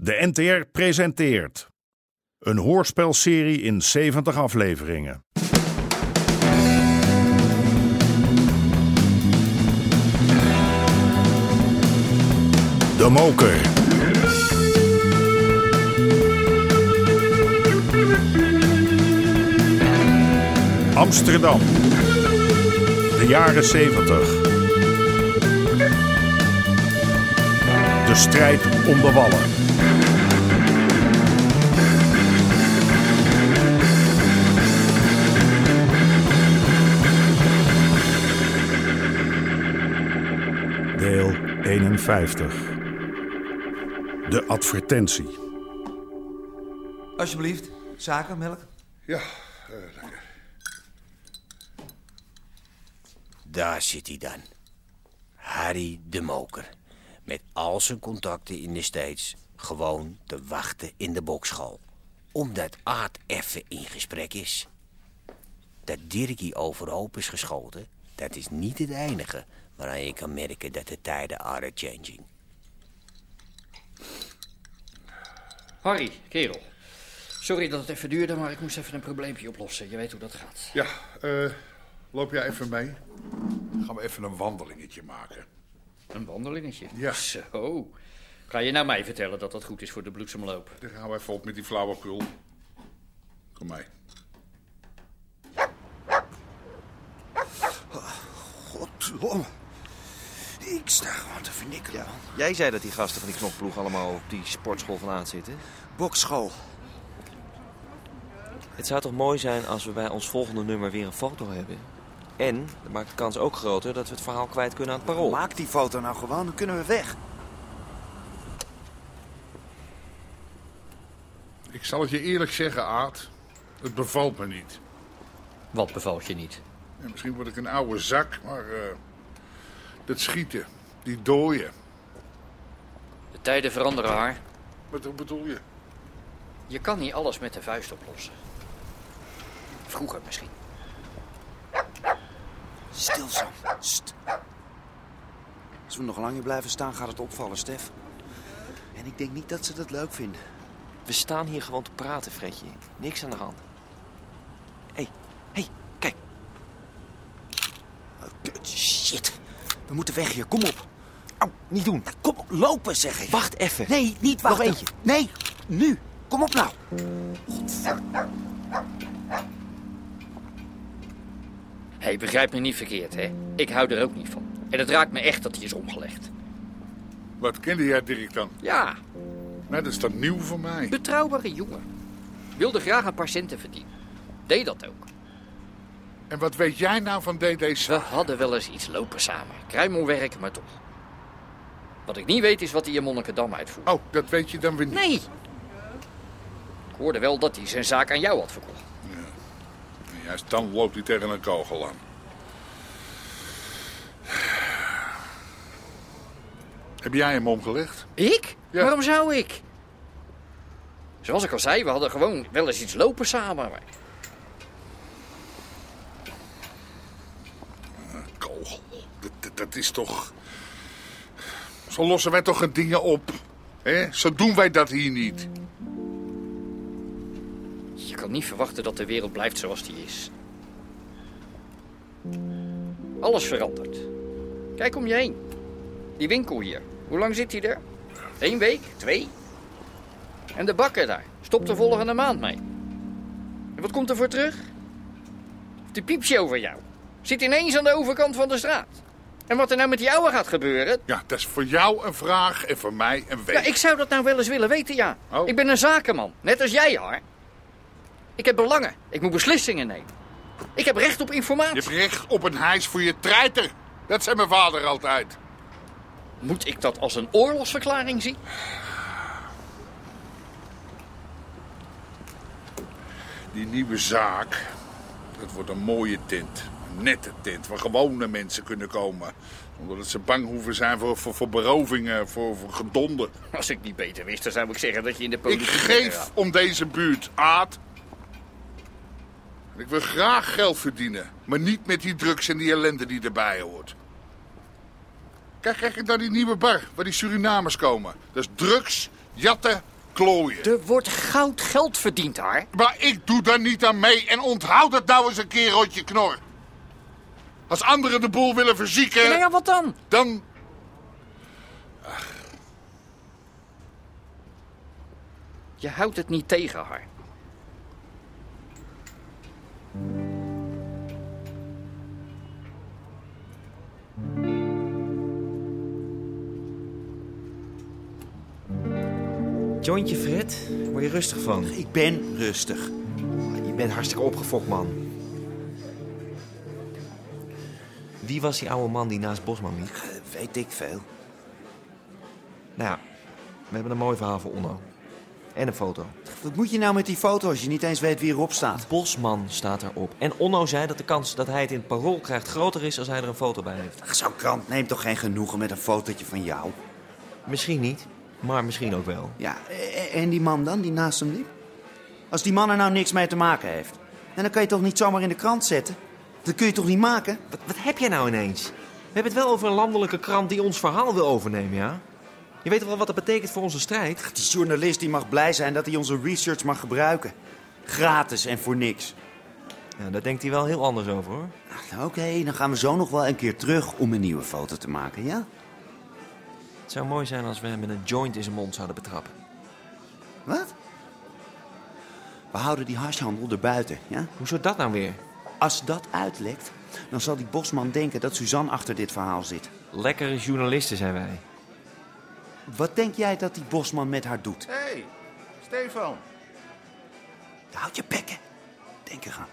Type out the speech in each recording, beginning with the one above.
De NTR presenteert een hoorspelserie in 70 afleveringen. De Moker. Amsterdam. De jaren 70. De strijd om de Wallen. Deel 51. De advertentie. Alsjeblieft, zakenmelk. Ja, lekker. Daar zit hij dan. Harry de Moker. Met al zijn contacten in de States. Gewoon te wachten in de bokschool. Omdat Aad even in gesprek is. Dat Dirkie overhoop is geschoten, dat is niet het enige waaraan je kan merken dat de tijden are changing. Harry, kerel. Sorry dat het even duurde, maar ik moest even een probleempje oplossen. Je weet hoe dat gaat. Ja, loop jij even mee? Gaan we even een wandelingetje maken. Een wandelingetje? Ja. Zo. Ga je nou mij vertellen dat dat goed is voor de bloesemloop? Dan gaan we even op met die flauwekul. Kom mee. Goddomme. Ik sta gewoon te vernikkelen, man. Jij zei dat die gasten van die knokploeg allemaal op die sportschool vandaan zitten. Bokschool. Het zou toch mooi zijn als we bij ons volgende nummer weer een foto hebben. En dat maakt de kans ook groter dat we het verhaal kwijt kunnen aan het Parool. Maak die foto nou gewoon, dan kunnen we weg. Ik zal het je eerlijk zeggen, Aad. Het bevalt me niet. Wat bevalt je niet? Ja, misschien word ik een oude zak, maar dat schieten, die dooien. De tijden veranderen, haar. Wat bedoel je? Je kan niet alles met de vuist oplossen. Vroeger misschien. Stil zo. Sst. Als we nog langer blijven staan, gaat het opvallen, Stef. En ik denk niet dat ze dat leuk vinden. We staan hier gewoon te praten, Fredje. Niks aan de hand. Hé, kijk. Oh, kut, shit. We moeten weg hier, kom op. Au, niet doen. Kom op, lopen zeg ik. Wacht even. Nee, niet wachten. Nog eentje. Nee, nu. Kom op nou. Hé, begrijp me niet verkeerd, hè. Ik hou er ook niet van. En het raakt me echt dat hij is omgelegd. Wat kende jij Dirk dan? Ja, Nou, dat is dan nieuw voor mij. betrouwbare jongen. Wilde graag een paar centen verdienen. Deed dat ook. En wat weet jij nou van DD's? We hadden wel eens iets lopen samen. Kruimelwerk, maar toch. Wat ik niet weet is wat hij in Monnikendam uitvoert. Oh, dat weet je dan weer niet. Nee. Ik hoorde wel dat hij zijn zaak aan jou had verkocht. En juist dan loopt hij tegen een kogel aan. Heb jij hem omgelegd? Ik? Ja. Waarom zou ik? Zoals ik al zei, we hadden gewoon wel eens iets lopen samen. Maar... Kogel. Dat is toch... Zo lossen wij toch geen dingen op. Hè? Zo doen wij dat hier niet. Je kan niet verwachten dat de wereld blijft zoals die is. Alles verandert. Kijk om je heen. Die winkel hier. Hoe lang zit hij er? 1 week? 2? En de bakker daar. Stopt de volgende maand mee. En wat komt er voor terug? De piepshow van jou. Zit ineens aan de overkant van de straat. En wat er nou met die ouwe gaat gebeuren... Ja, dat is voor jou een vraag en voor mij een weet. Ja, ik zou dat nou wel eens willen weten, ja. Oh. Ik ben een zakenman, net als jij, Har. Ik heb belangen. Ik moet beslissingen nemen. Ik heb recht op informatie. Je hebt recht op een hijs voor je treiter. Dat zei mijn vader altijd. Moet ik dat als een oorlogsverklaring zien? Die nieuwe zaak, dat wordt een mooie tent. Een nette tent waar gewone mensen kunnen komen. Zonder dat ze bang hoeven zijn voor berovingen, voor gedonder. Als ik niet beter wist, dan zou ik zeggen dat je in de Ik politiek... geef om deze buurt, Aad. Ik wil graag geld verdienen. Maar niet met die drugs en die ellende die erbij hoort. Kijk naar die nieuwe bar waar die Surinamers komen. Dat is drugs, jatten klooien. Er wordt goud geld verdiend daar. Maar ik doe daar niet aan mee en onthoud het nou eens een keer, Rotje Knor. Als anderen de boel willen verzieken... Nou ja, wat dan? Dan... Je houdt het niet tegen haar. Jointje, Fred. Word je rustig van? Ik ben rustig. Je bent hartstikke opgefokt, man. Wie was die oude man die naast Bosman liep? Weet ik veel. Nou ja, we hebben een mooi verhaal voor Onno. En een foto. Wat moet je nou met die foto als je niet eens weet wie erop staat? Bosman staat erop. En Onno zei dat de kans dat hij het in het Parool krijgt groter is als hij er een foto bij heeft. Ach, zo'n krant neemt toch geen genoegen met een fotootje van jou? Misschien niet, maar misschien ook wel. Ja, en die man dan, die naast hem liep? Als die man er nou niks mee te maken heeft, dan kan je toch niet zomaar in de krant zetten? Dat kun je toch niet maken? Wat heb jij nou ineens? We hebben het wel over een landelijke krant die ons verhaal wil overnemen, ja? Je weet wel wat dat betekent voor onze strijd? Die journalist die mag blij zijn dat hij onze research mag gebruiken. Gratis en voor niks. Ja, daar denkt hij wel heel anders over, hoor. Oké, dan gaan we zo nog wel een keer terug om een nieuwe foto te maken, ja? Het zou mooi zijn als we hem met een joint in zijn mond zouden betrappen. Wat? We houden die hashhandel erbuiten, ja? Hoezo dat nou weer? Als dat uitlekt, dan zal die Bosman denken dat Suzanne achter dit verhaal zit. Lekkere journalisten zijn wij. Wat denk jij dat die Bosman met haar doet? Hé, Stefan. Houd je bekken. Denk eraan.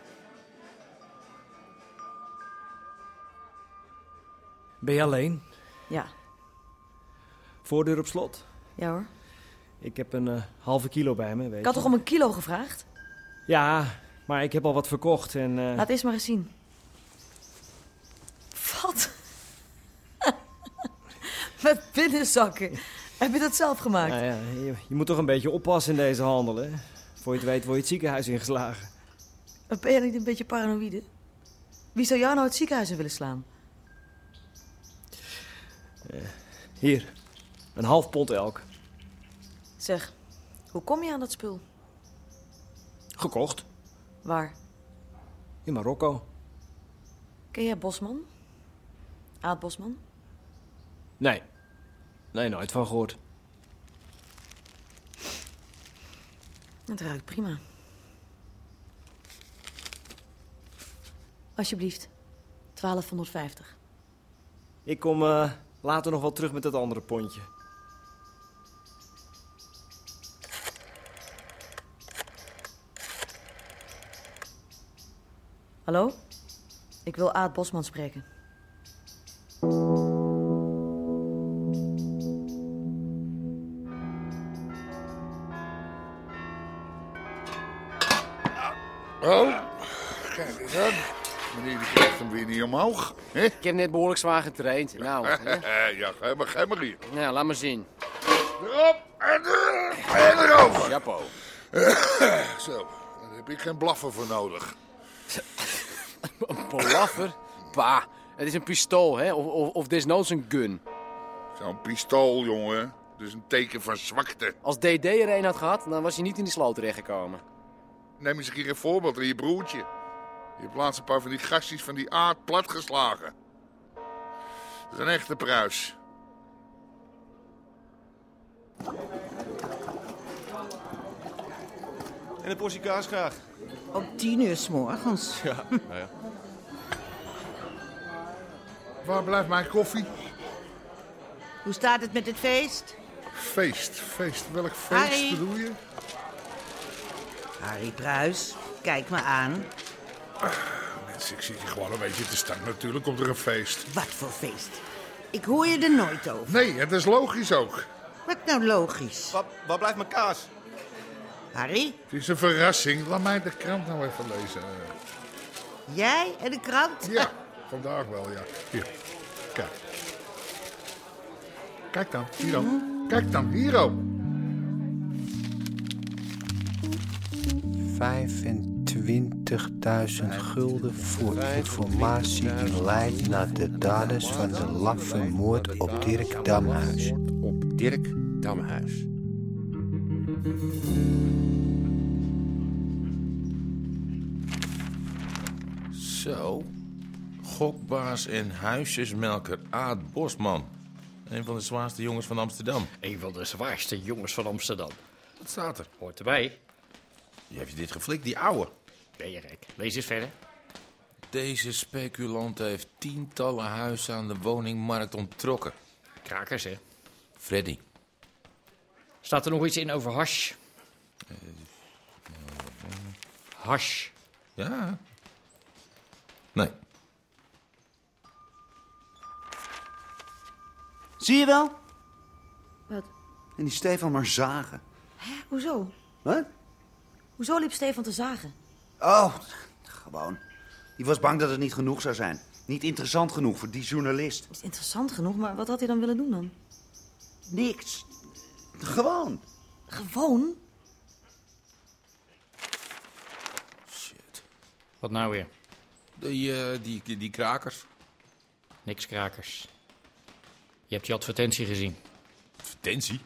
Ben je alleen? Ja. Voordeur op slot? Ja hoor. Ik heb een halve kilo bij me, weet Ik had je. toch om 1 kilo gevraagd? Ja, maar ik heb al wat verkocht en... Laat eerst maar eens zien. Wat? Met binnenzakken. Heb je dat zelf gemaakt? Nou ja, je moet toch een beetje oppassen in deze handel, hè? Voor je het weet word je het ziekenhuis ingeslagen. Ben je niet een beetje paranoïde? Wie zou jou nou het ziekenhuis in willen slaan? Hier, een half pond elk. Zeg, hoe kom je aan dat spul? Gekocht. Waar? In Marokko. Ken jij Bosman? Aad Bosman? Nee. Nee, nooit van gehoord. Het ruikt prima. Alsjeblieft. 1250. Ik kom later nog wel terug met dat andere pondje. Hallo? Ik wil Aad Bosman spreken. Oh, kijk eens aan. Meneer die krijgt hem weer niet omhoog. Hè? Ik heb net behoorlijk zwaar getraind. Nou, Ja, ga maar hier. nou, laat maar zien. Erop en erover. Japo. Zo, daar heb ik geen blaffen voor nodig. Een blaffer? Pa, het is een pistool, hè? Of desnoods een gun. Zo'n pistool, jongen. Dus een teken van zwakte. Als DD er een had gehad, dan was hij niet in die sloot terechtgekomen. Neem eens een keer een voorbeeld aan je broertje. Je hebt laatst een paar van die gastjes van die aard platgeslagen. Dat is een echte pruis. En een portie kaas graag. Om 10:00 's morgens. Ja, nou ja. Waar blijft mijn koffie? Hoe staat het met het feest? Feest. Welk feest Harry. bedoel je? Harry Pruis, kijk me aan. Mensen, ik zit hier gewoon een beetje te staan. Natuurlijk komt er een feest. Wat voor feest? Ik hoor je er nooit over. Nee, het is logisch ook. Wat nou logisch? Waar blijft mijn kaas? Harry, Het is een verrassing. Laat mij de krant nou even lezen. jij en de krant? Ja, vandaag wel, ja. Hier, kijk. Kijk dan, hier ook. Kijk dan, hier ook. 25.000 gulden voor informatie in lijn naar de daders van de laffe moord op Dirk Damhuis. Op Dirk Damhuis. Zo. Gokbaas en huisjesmelker Aad Bosman. Een van de zwaarste jongens van Amsterdam. Een van de zwaarste jongens van Amsterdam. Wat staat er? Hoort erbij. Je hebt je dit geflikt, die ouwe. Ben je gek? Lees eens verder. Deze speculant heeft tientallen huizen aan de woningmarkt onttrokken. Krakers, hè? Freddy. Staat er nog iets in over hash? Hash. Ja. Nee. Zie je wel? Wat? En die Stefan maar zagen. Hè, hoezo? Wat? Hoezo liep Stefan te zagen? Oh, gewoon. Die was bang dat het niet genoeg zou zijn. Niet interessant genoeg voor die journalist. Is interessant genoeg, maar wat had hij dan willen doen dan? Niks. Gewoon. Gewoon? Shit. Wat nou weer? Die krakers. Niks krakers. Je hebt die advertentie gezien. Advertentie?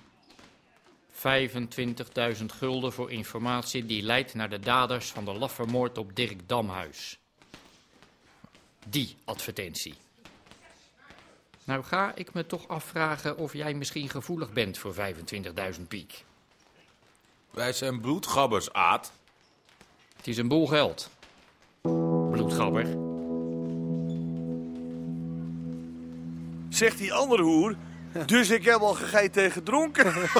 25.000 gulden voor informatie die leidt naar de daders van de laffe moord op Dirk Damhuis. Die advertentie. Nou ga ik me toch afvragen of jij misschien gevoelig bent voor 25.000 piek. Wij zijn bloedgabbers, Aad. Het is een boel geld. Bloedgabber. Zegt die andere hoer. Dus ik heb al gegeten en gedronken. Hey,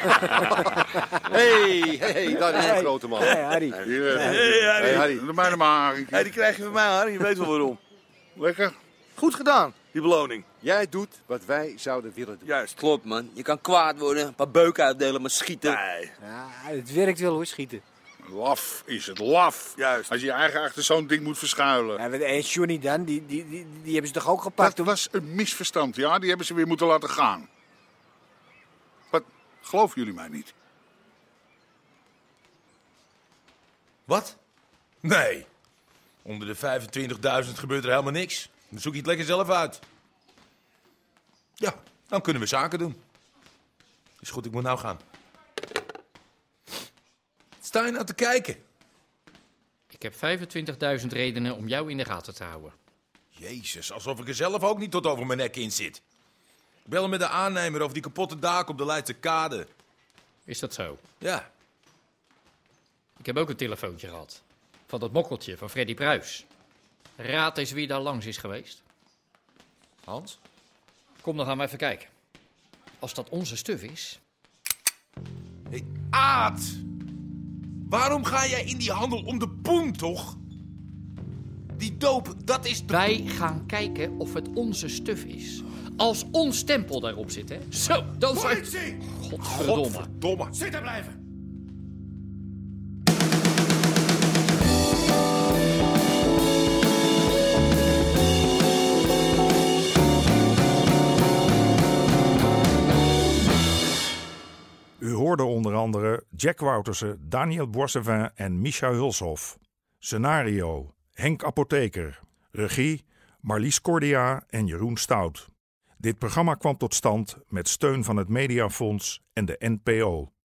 daar is een grote man. Hey, Harry. Hey, Harry. Doe mij maar, Harry. Hey, die krijg je van mij, Harry. Je weet wel waarom. Lekker. Goed gedaan, die beloning. Jij doet wat wij zouden willen doen. Juist. Klopt, man. Je kan kwaad worden, een paar beuken uitdelen, maar schieten. Nee. Ja, het werkt wel hoor, schieten. Laf is het, laf. Juist. Als je je eigen achter zo'n ding moet verschuilen. Ja, en Johnny dan, die hebben ze toch ook gepakt? Dat was een misverstand, ja. Die hebben ze weer moeten laten gaan. Wat, geloven jullie mij niet? Wat? Nee. Onder de 25.000 gebeurt er helemaal niks. Dan zoek je het lekker zelf uit. Ja, dan kunnen we zaken doen. Is goed, ik moet nou gaan. Sta je nou te kijken? Ik heb 25.000 redenen om jou in de gaten te houden. Jezus, alsof ik er zelf ook niet tot over mijn nek in zit. Ik bel met de aannemer over die kapotte daak op de Leidse Kade. Is dat zo? Ja. Ik heb ook een telefoontje gehad. Van dat mokkeltje van Freddy Pruis. Raad eens wie daar langs is geweest. Hans? Kom, dan gaan we even kijken. Als dat onze stuf is... Hey, Aad! Waarom ga jij in die handel om de poen, toch? Die doop, dat is... Wij gaan kijken of het onze stuf is. Als ons stempel daarop zit, hè? Zo, dan zou... Politie! Godverdomme. Godverdomme. Zitten blijven! U hoorde onder andere Jack Woutersen, Daniel Boissevin en Micha Hulshoff. Scenario: Henk Apotheker. Regie: Marlies Cordia en Jeroen Stout. Dit programma kwam tot stand met steun van het Mediafonds en de NPO.